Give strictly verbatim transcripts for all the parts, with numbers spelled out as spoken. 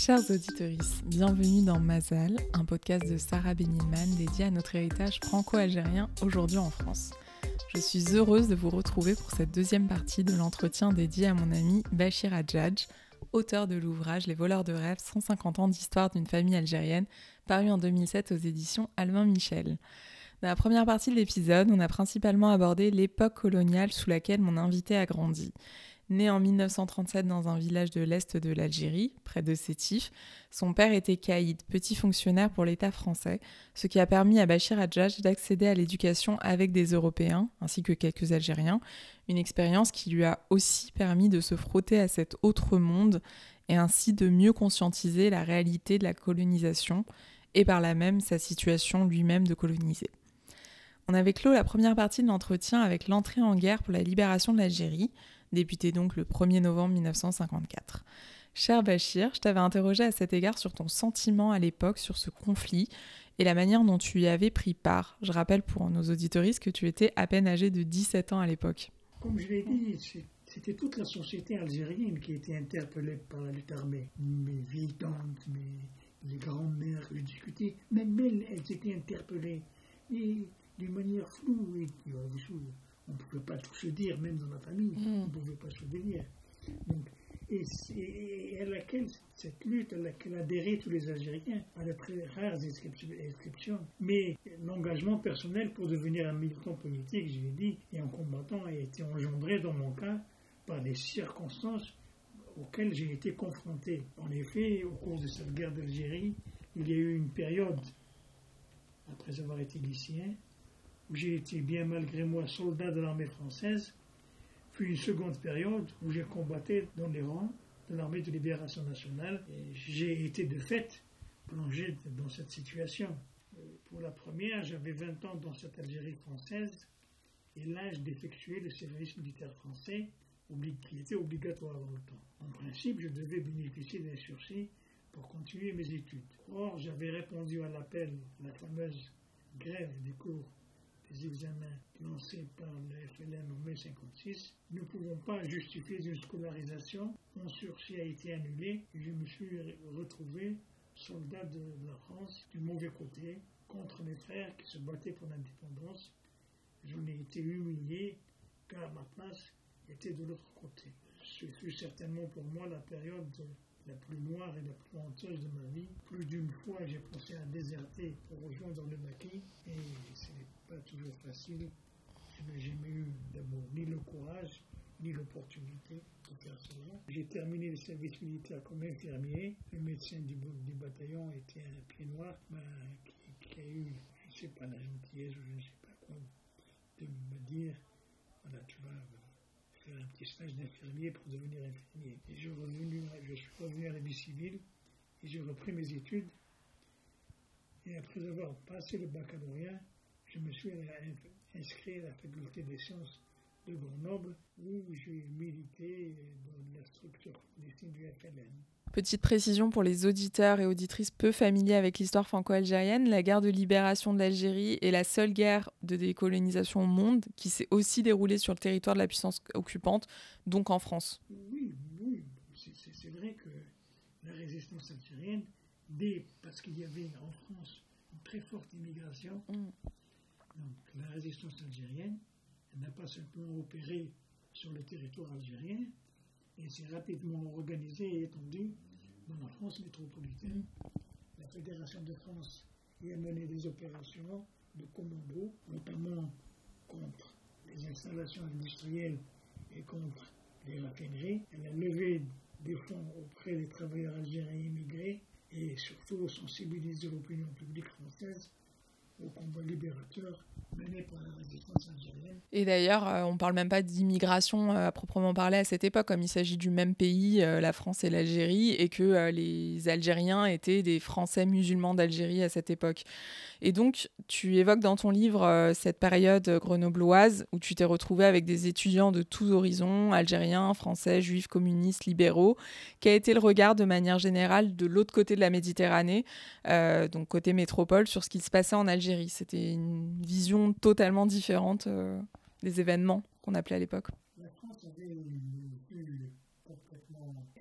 Chers auditeurs, bienvenue dans Mazal, un podcast de Sarah Benilman dédié à notre héritage franco-algérien aujourd'hui en France. Je suis heureuse de vous retrouver pour cette deuxième partie de l'entretien dédié à mon ami Bachir Hadjadj, auteur de l'ouvrage Les voleurs de rêves, cent cinquante ans d'histoire d'une famille algérienne, paru en deux mille sept aux éditions Albin Michel. Dans la première partie de l'épisode, on a principalement abordé l'époque coloniale sous laquelle mon invité a grandi. Né en mille neuf cent trente-sept dans un village de l'est de l'Algérie, près de Sétif, son père était caïd, petit fonctionnaire pour l'État français, ce qui a permis à Bachir Hadjadj d'accéder à l'éducation avec des Européens, ainsi que quelques Algériens, une expérience qui lui a aussi permis de se frotter à cet autre monde et ainsi de mieux conscientiser la réalité de la colonisation et par là même sa situation lui-même de colonisé. On avait clos la première partie de l'entretien avec l'entrée en guerre pour la libération de l'Algérie, débutée donc le premier novembre mille neuf cent cinquante-quatre. Cher Bachir, je t'avais interrogé à cet égard sur ton sentiment à l'époque sur ce conflit et la manière dont tu y avais pris part. Je rappelle pour nos auditeuristes que tu étais à peine âgé de dix-sept ans à l'époque. Comme je l'ai dit, c'était toute la société algérienne qui était interpellée par la lutte armée. Mes vieilles tantes, mes, les grandes-mères que je discutais, même elles, elles étaient interpellées. Et d'une manière floue, et, et on ne pouvait pas tout se dire, même dans la famille, mmh. on ne pouvait pas se dire. Donc, et, et, et à laquelle cette lutte, à laquelle adhéraient tous les Algériens, à de très rares exceptions, mais l'engagement personnel pour devenir un militant politique, je l'ai dit, et un combattant, a été engendré dans mon cas par des circonstances auxquelles j'ai été confronté. En effet, au cours de cette guerre d'Algérie, il y a eu une période, après avoir été lycéen, où j'ai été bien malgré moi soldat de l'armée française, puis une seconde période où j'ai combattu dans les rangs de l'armée de libération nationale. Et j'ai été de fait plongé dans cette situation. Pour la première, j'avais vingt ans dans cette Algérie française et l'âge d'effectuer le service militaire français qui était obligatoire dans le temps. En principe, je devais bénéficier d'un sursis pour continuer mes études. Or, j'avais répondu à l'appel, la fameuse grève des cours des examens lancés par le F L N en mai cinquante-six, ne pouvant pas justifier d'une scolarisation, mon sursis a été annulé et je me suis retrouvé soldat de la France du mauvais côté contre mes frères qui se battaient pour l'indépendance. J'en ai été humilié car ma place était de l'autre côté. Ce fut certainement pour moi la période la plus noire et la plus honteuse de ma vie. Plus d'une fois, j'ai pensé à déserter pour rejoindre le maquis et ce n'est pas toujours facile. Je n'ai jamais eu d'abord ni le courage ni l'opportunité de faire cela. J'ai terminé le service militaire comme infirmier. Le médecin du, du bataillon était un pied noir bah, qui, qui a eu, je ne sais pas, la gentillesse ou je ne sais pas quoi, de me dire, voilà, tu vas faire un petit stage d'infirmier pour devenir infirmier. Et je, revenu, je suis revenu à la vie civile et j'ai repris mes études. Et après avoir passé le baccalauréat, je me suis inscrit à la faculté des sciences de Grenoble où j'ai milité dans la structure clandestine du F L N. Petite précision pour les auditeurs et auditrices peu familiers avec l'histoire franco-algérienne, la guerre de libération de l'Algérie est la seule guerre de décolonisation au monde qui s'est aussi déroulée sur le territoire de la puissance occupante, donc en France. Oui, oui, c'est, c'est, c'est vrai que la résistance algérienne, dès, parce qu'il y avait en France une très forte immigration, mm. donc la résistance algérienne n'a pas simplement opéré sur le territoire algérien, et s'est rapidement organisée et étendue dans la France métropolitaine. La Fédération de France y a mené des opérations de commando, notamment contre les installations industrielles et contre les raffineries. Elle a levé des fonds auprès des travailleurs algériens immigrés et surtout sensibilisé l'opinion publique française au combat libérateur mené par la résistance algérienne. Et d'ailleurs, euh, on ne parle même pas d'immigration euh, à proprement parler à cette époque, comme il s'agit du même pays, euh, la France et l'Algérie, et que euh, les Algériens étaient des Français musulmans d'Algérie à cette époque. Et donc, tu évoques dans ton livre euh, cette période grenobloise où tu t'es retrouvé avec des étudiants de tous horizons, algériens, français, juifs, communistes, libéraux. Quel a été le regard de manière générale de l'autre côté de la Méditerranée, euh, donc côté métropole, sur ce qui se passait en Algérie? C'était une vision totalement différente euh, des événements qu'on appelait à l'époque. La France avait une vue complètement... Elle, elle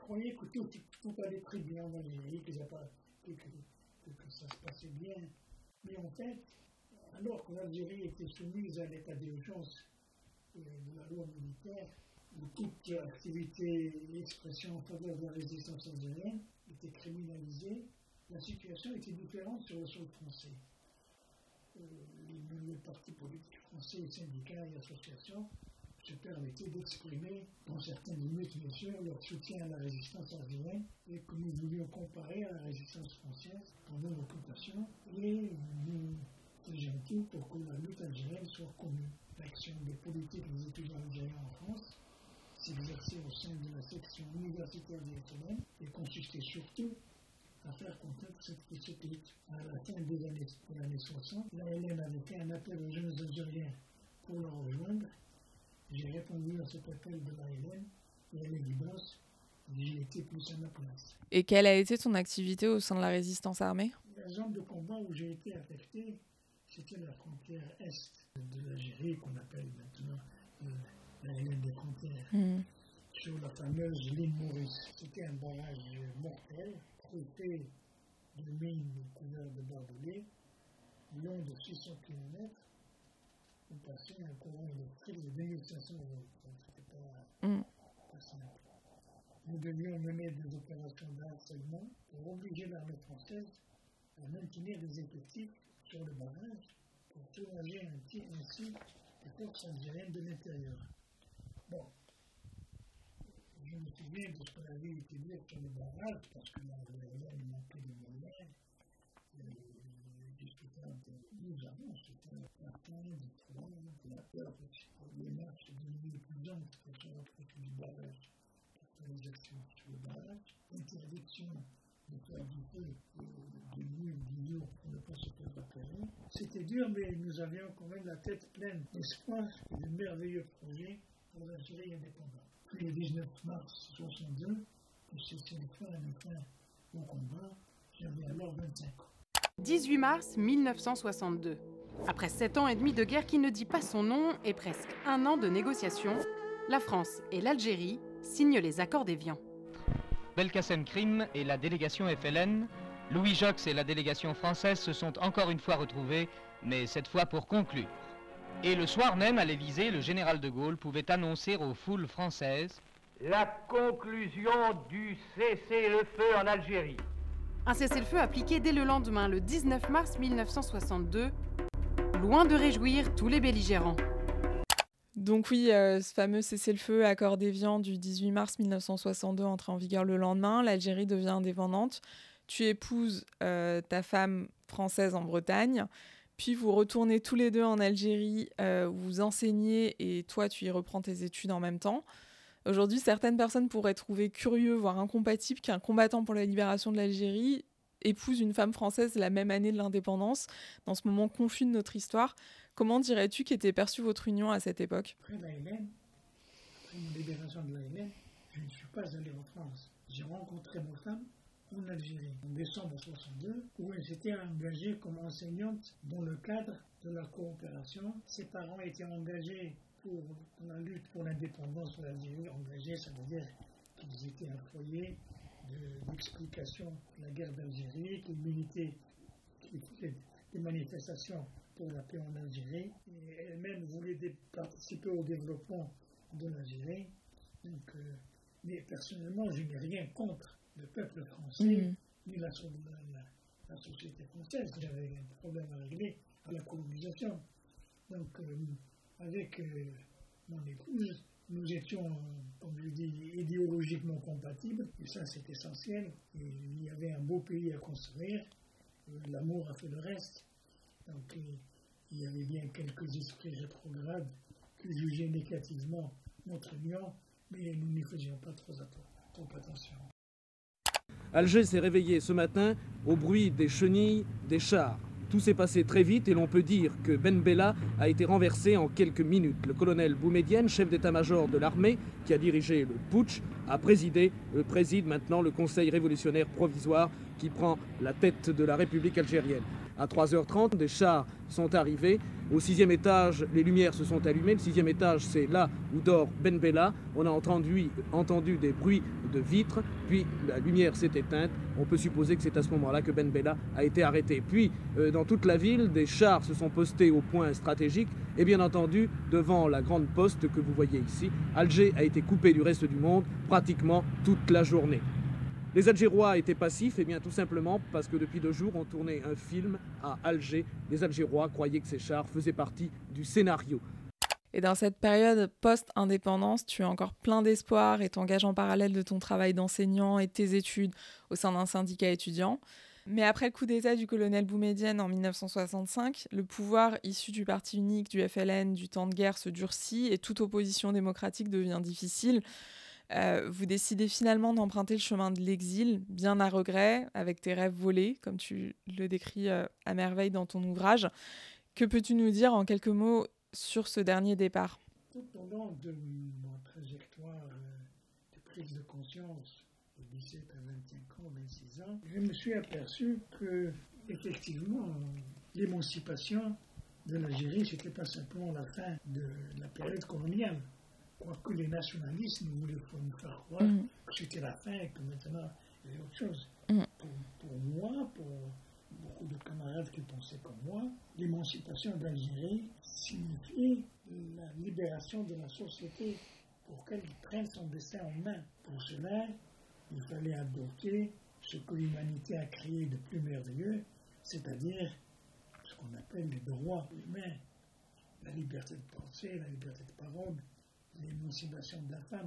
croyais que tout, tout allait très bien en Algérie, que, que, que, que ça se passait bien. Mais en fait, alors que l'Algérie était soumise à l'état d'urgence euh, de la loi militaire, où toute activité et expression en faveur de la résistance algérienne était criminalisée, la situation était différente sur le sol français. Euh, les, les partis politiques français, syndicats et associations se permettaient d'exprimer, dans certaines limites bien sûr, leur soutien à la résistance algérienne et que nous voulions comparer à la résistance française pendant l'occupation et nous faisions tout pour que la lutte algérienne soit commune. L'action des politiques des étudiants algériens en France s'exerçait au sein de la section universitaire des S N M et consistait surtout à faire connaître cette petite lutte. À la fin des années, des années soixante, l'A L N avait fait un appel aux jeunes Algériens pour la rejoindre. J'ai répondu à cet appel de l'A L N et à l'évidence, j'y étais plus à ma place. Et quelle a été ton activité au sein de la résistance armée? La zone de combat où j'ai été affecté, c'était la frontière est de l'Algérie, qu'on appelle maintenant euh, la ligne des frontières, mmh. sur la fameuse ligne Maurice. C'était un barrage mortel, traité de mines couvertes de barbelés, long de six cents kilomètres, où passait un courant électrique de deux mille cinq cents volts. C'était pas, mmh. pas simple. Nous devions mener des opérations d'harcèlement pour obliger l'armée française à maintenir des effectifs sur le barrage pour soulager ainsi les forces algériennes de l'intérieur. Bon, je me souviens de ce qu'on avait utilisé sur le barrage, parce que l'Algérien manquait de moyens, discutant de nous avons, c'était la faim, du froid, de la peur aussi. Les marches devenaient plus amples pour se rapprocher du barrage, pour faire les actions sur le barrage. Interdiction de faire du feu, de nuit ou du jour pour ne pas se faire repérer. C'était dur, mais nous avions quand même la tête pleine d'espoir et de merveilleux projets pour l'Algérie indépendante. Puis le dix-neuf mars soixante-deux, pour cesser le feu à la fin au combat, j'avais alors vingt-cinq ans. dix-huit mars mille neuf cent soixante-deux. Après sept ans et demi de guerre qui ne dit pas son nom et presque un an de négociations, la France et l'Algérie signent les accords d'Évian. Belkacem-Krim et la délégation F L N, Louis Joxe et la délégation française se sont encore une fois retrouvés, mais cette fois pour conclure. Et le soir même, à l'Élysée, le général de Gaulle pouvait annoncer aux foules françaises la conclusion du cessez-le-feu en Algérie. Un cessez-le-feu appliqué dès le lendemain, le dix-neuf mars mille neuf cent soixante-deux, loin de réjouir tous les belligérants. Donc oui, euh, ce fameux cessez-le-feu, accord d'Évian du dix-huit mars mille neuf cent soixante-deux, entré en vigueur le lendemain, l'Algérie devient indépendante. Tu épouses euh, ta femme française en Bretagne, puis vous retournez tous les deux en Algérie, euh, vous enseignez et toi tu y reprends tes études en même temps. Aujourd'hui, certaines personnes pourraient trouver curieux, voire incompatible, qu'un combattant pour la libération de l'Algérie épouse une femme française la même année de l'indépendance, dans ce moment confus de notre histoire. Comment dirais-tu qu'était perçue votre union à cette époque? Après l'A L N, après la libération de l'A L N, je ne suis pas allé en France. J'ai rencontré ma femme en Algérie, en décembre soixante-deux, où elle s'était engagée comme enseignante dans le cadre de la coopération. Ses parents étaient engagés pour la lutte pour l'indépendance de l'Algérie. Engagés, ça veut dire qu'ils étaient un foyer de, d'explication de la guerre d'Algérie, qu'ils militaient, qu'ils faisaient des manifestations pour la paix en Algérie. Et elle-même voulait dé- participer au développement de l'Algérie. Donc, euh, mais personnellement, je n'ai rien contre le peuple français, mmh. ni la, la, la société française. J'avais un problème à régler à la colonisation. Donc, euh, avec euh, mon épouse, nous étions, comme je dis, idéologiquement compatibles, et ça c'est essentiel. Et il y avait un beau pays à construire, l'amour a fait le reste. Donc, euh, il y avait bien quelques esprits rétrogrades qui jugeaient négativement notre union, mais nous n'y faisions pas trop, trop attention. Alger s'est réveillé ce matin au bruit des chenilles, des chars. Tout s'est passé très vite et l'on peut dire que Ben Bella a été renversé en quelques minutes. Le colonel Boumedienne, chef d'état-major de l'armée, qui a dirigé le putsch, a présidé, euh, préside maintenant le Conseil révolutionnaire provisoire qui prend la tête de la République algérienne. À trois heures trente, des chars sont arrivés. Au sixième étage, les lumières se sont allumées. Le sixième étage, c'est là où dort Ben Bella. On a entendu, entendu des bruits de vitres, puis la lumière s'est éteinte. On peut supposer que c'est à ce moment-là que Ben Bella a été arrêté. Puis, euh, dans toute la ville, des chars se sont postés au point stratégique. Et bien entendu, devant la grande poste que vous voyez ici, Alger a été coupé du reste du monde pratiquement toute la journée. Les Algérois étaient passifs, et bien tout simplement parce que depuis deux jours, on tournait un film à Alger. Les Algérois croyaient que ces chars faisaient partie du scénario. Et dans cette période post-indépendance, tu as encore plein d'espoir et t'engages en parallèle de ton travail d'enseignant et de tes études au sein d'un syndicat étudiant. Mais après le coup d'État du colonel Boumedienne en dix-neuf cent soixante-cinq, le pouvoir issu du parti unique, du F L N, du temps de guerre se durcit et toute opposition démocratique devient difficile. Euh, vous décidez finalement d'emprunter le chemin de l'exil, bien à regret, avec tes rêves volés, comme tu le décris euh, à merveille dans ton ouvrage. Que peux-tu nous dire en quelques mots sur ce dernier départ ? Tout au long de ma trajectoire euh, de prise de conscience, de dix-sept à vingt-cinq ans, vingt-six ans, je me suis aperçu que, effectivement, l'émancipation de l'Algérie, ce n'était pas simplement la fin de la période coloniale. Quoique les nationalistes nous voulaient nous faire croire mmh. que c'était la fin et que maintenant il y avait autre chose. Mmh. Pour, pour moi, pour beaucoup de camarades qui pensaient comme moi, l'émancipation d'Algérie signifiait la libération de la société pour qu'elle prenne son destin en main. Pour cela, il fallait adopter ce que l'humanité a créé de plus merveilleux, c'est-à-dire ce qu'on appelle les droits humains, la liberté de pensée, la liberté de parole, l'émancipation de la femme.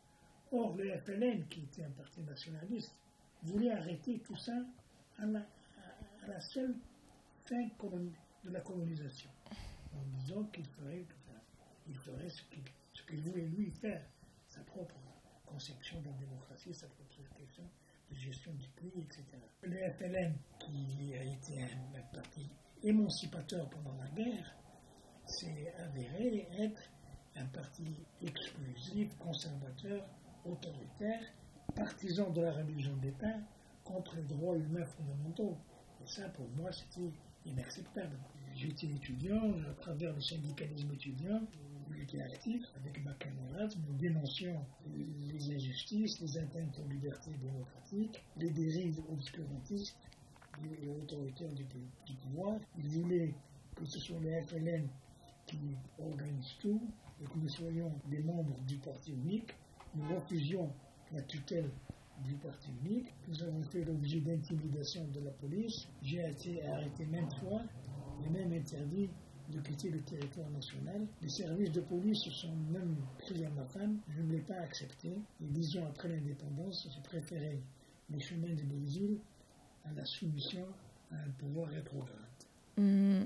Or, le F L N, qui était un parti nationaliste, voulait arrêter tout ça à la, à la seule fin de la colonisation, en disant qu'il ferait, il ferait ce qu'il, ce qu'il voulait lui faire, sa propre conception de la démocratie, sa propre conception de gestion du pays, et cetera. Le F L N, qui a été un, un parti émancipateur pendant la guerre, s'est avéré être un parti exclusif, conservateur, autoritaire, partisan de la religion d'État contre les droits humains fondamentaux. Et ça, pour moi, c'était inacceptable. J'étais étudiant, à travers le syndicalisme étudiant, où j'étais actif avec ma camarade, nous dénoncions les injustices, les atteintes aux libertés démocratiques, les dérives obscurantistes et autoritaires du, du pouvoir. Ils voulaient que ce soit le F L N qui organise tout, et que nous soyons des membres du parti unique. Nous refusions la tutelle du parti unique. Nous avons fait l'objet d'intimidation de la police. J'ai été arrêté maintes fois et même interdit de quitter le territoire national. Les services de police se sont même pris à ma femme. Je ne l'ai pas accepté. Et dix ans après l'indépendance, j'ai préféré les chemins de l'exil à la soumission à un pouvoir rétrograde. Mmh.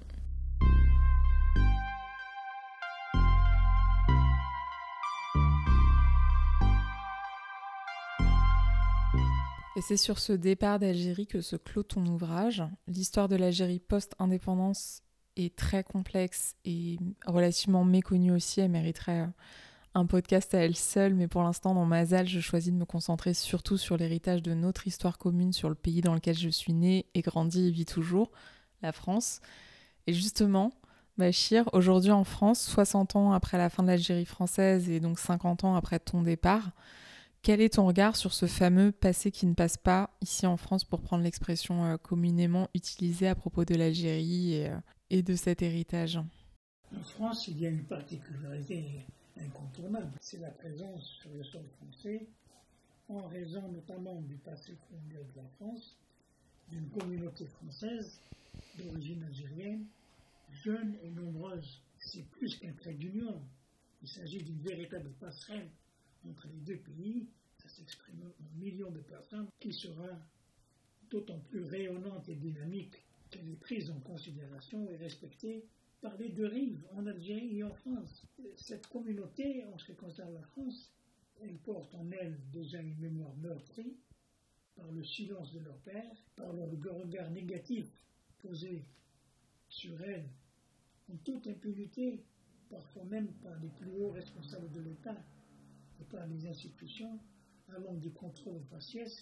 Et c'est sur ce départ d'Algérie que se clôt ton ouvrage. L'histoire de l'Algérie post-indépendance est très complexe et relativement méconnue aussi. Elle mériterait un podcast à elle seule, mais pour l'instant, dans Mazal, je choisis de me concentrer surtout sur l'héritage de notre histoire commune, sur le pays dans lequel je suis née et grandi et vis toujours, la France. Et justement, Bachir, aujourd'hui en France, soixante ans après la fin de l'Algérie française et donc cinquante ans après ton départ, quel est ton regard sur ce fameux passé qui ne passe pas ici en France, pour prendre l'expression euh, communément utilisée à propos de l'Algérie et, euh, et de cet héritage ? En France, il y a une particularité incontournable, c'est la présence sur le sol français, en raison notamment du passé colonial de la France, d'une communauté française d'origine algérienne, jeune et nombreuse. C'est plus qu'un trait d'union, il s'agit d'une véritable passerelle entre les deux pays. Ça s'exprime en millions de personnes, qui sera d'autant plus rayonnante et dynamique qu'elle est prise en considération et respectée par les deux rives, en Algérie et en France. Cette communauté, en ce qui concerne la France, elle porte en elle déjà une mémoire meurtrie par le silence de leur père, par le regard négatif posé sur elle en toute impunité, parfois même par les plus hauts responsables de l'État et par les institutions, allant du contrôle au faciès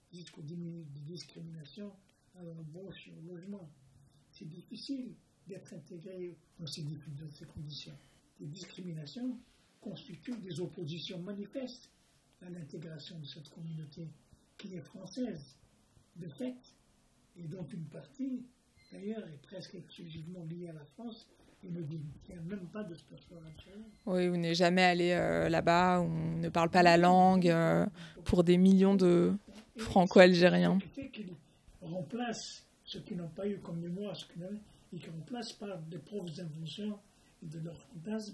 jusqu'aux discriminations à l'embauche et au logement. C'est difficile d'être intégré dans ces, dans ces conditions. Les discriminations constituent des oppositions manifestes à l'intégration de cette communauté qui est française, de fait, et dont une partie, d'ailleurs, est presque exclusivement liée à la France. Il ne dit qu'il n'y a même pas de passeport algérien. Oui, vous n'êtes jamais allé euh, là-bas, on ne parle pas la langue euh, pour des millions de franco-algériens. Ce qui fait qu'ils remplacent ceux qui n'ont pas eu comme mémoire, ce qu'ils n'ont, et qui remplacent par des propres inventions et de leurs fantasmes,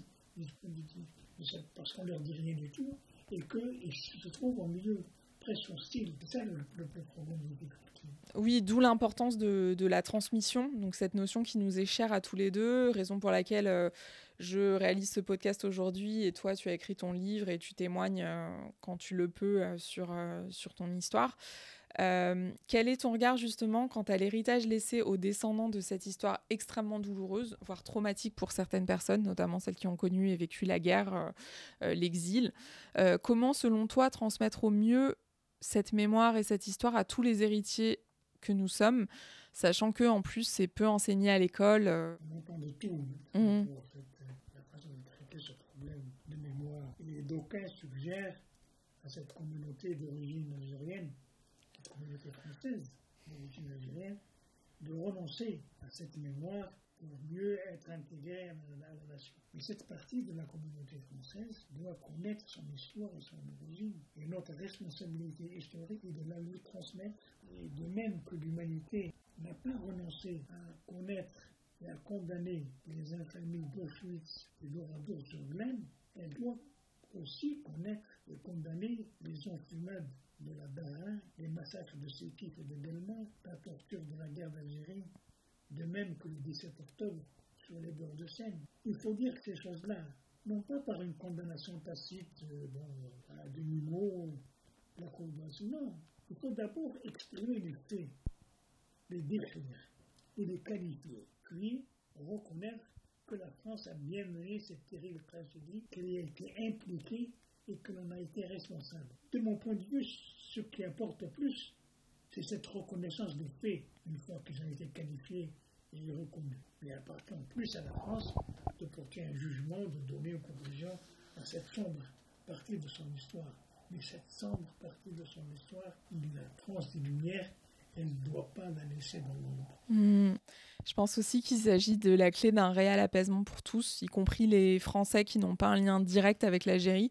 parce qu'on ne leur dit rien du tout, et qu'ils se trouvent en milieu presque hostile. C'est ça le, le plus problème des difficultés. Oui, d'où l'importance de, de la transmission, donc cette notion qui nous est chère à tous les deux, raison pour laquelle euh, je réalise ce podcast aujourd'hui et toi tu as écrit ton livre et tu témoignes euh, quand tu le peux euh, sur, euh, sur ton histoire. Euh, quel est ton regard justement quant à l'héritage laissé aux descendants de cette histoire extrêmement douloureuse, voire traumatique pour certaines personnes, notamment celles qui ont connu et vécu la guerre, euh, euh, l'exil. Euh, comment selon toi transmettre au mieux cette mémoire et cette histoire à tous les héritiers que nous sommes, sachant que en plus c'est peu enseigné à l'école. Euh... On entend de tout mmh. pour cette, la façon de traiter ce problème de mémoire. Et d'aucuns suggèrent à cette communauté d'origine algérienne, cette communauté française d'origine algérienne, de renoncer à cette mémoire pour mieux être intégrée à la, à la nation. Mais cette partie de la communauté française doit connaître son histoire et son origine. Et notre responsabilité historique est de la lui transmettre. Et de même que l'humanité n'a pas renoncé à connaître et à condamner les infamies d'Auschwitz et d'Oradour-sur-Glane, elle doit aussi connaître et condamner les enfumades de la Dara, les massacres de Sétif et de Belmont, la torture de la guerre d'Algérie, de même que le dix-sept octobre sur les bords de Seine. Il faut dire que ces choses-là, non pas par une condamnation tacite, euh, bon, à demi-mot, la condamnation, non. Il faut d'abord exprimer les faits, les décrire et les qualifier, puis reconnaître que la France a bien mené cette terrible tragédie, qu'elle a été impliquée et que l'on a été responsable. De mon point de vue, ce qui importe le plus, c'est cette reconnaissance des faits, une fois qu'ils ont été qualifiés et reconnus. Il appartient plus à la France de porter un jugement, de donner une conclusion à cette sombre partie de son histoire. Mais cette sombre partie de son histoire, la France des Lumières, elle ne doit pas la laisser dans l'ombre. Mmh. Je pense aussi qu'il s'agit de la clé d'un réel apaisement pour tous, y compris les Français qui n'ont pas un lien direct avec l'Algérie.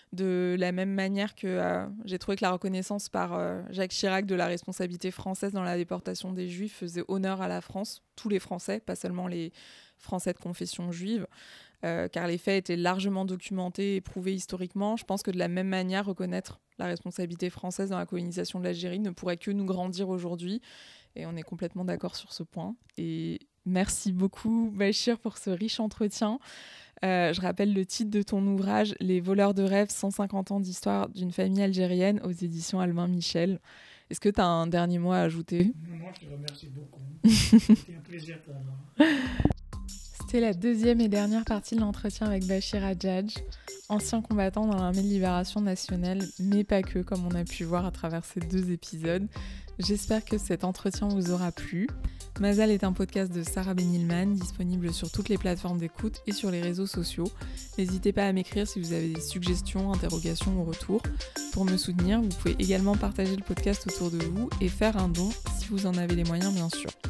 De la même manière que euh, j'ai trouvé que la reconnaissance par euh, Jacques Chirac de la responsabilité française dans la déportation des Juifs faisait honneur à la France, tous les Français, pas seulement les Français de confession juive, euh, car les faits étaient largement documentés et prouvés historiquement. Je pense que de la même manière, reconnaître la responsabilité française dans la colonisation de l'Algérie ne pourrait que nous grandir aujourd'hui, et on est complètement d'accord sur ce point. Et merci beaucoup Bachir pour ce riche entretien. Euh, je rappelle le titre de ton ouvrage, Les voleurs de rêves, cent cinquante ans d'histoire d'une famille algérienne aux éditions Albin Michel. Est-ce que tu as un dernier mot à ajouter ? Non, moi je te remercie beaucoup. C'était un plaisir pour moi. C'était la deuxième et dernière partie de l'entretien avec Bachir Hadjadj, ancien combattant dans l'armée de libération nationale, mais pas que, comme on a pu voir à travers ces deux épisodes. J'espère que cet entretien vous aura plu. Mazal est un podcast de Sarah Benilman, disponible sur toutes les plateformes d'écoute et sur les réseaux sociaux. N'hésitez pas à m'écrire si vous avez des suggestions, interrogations ou retours. Pour me soutenir, vous pouvez également partager le podcast autour de vous et faire un don si vous en avez les moyens, bien sûr.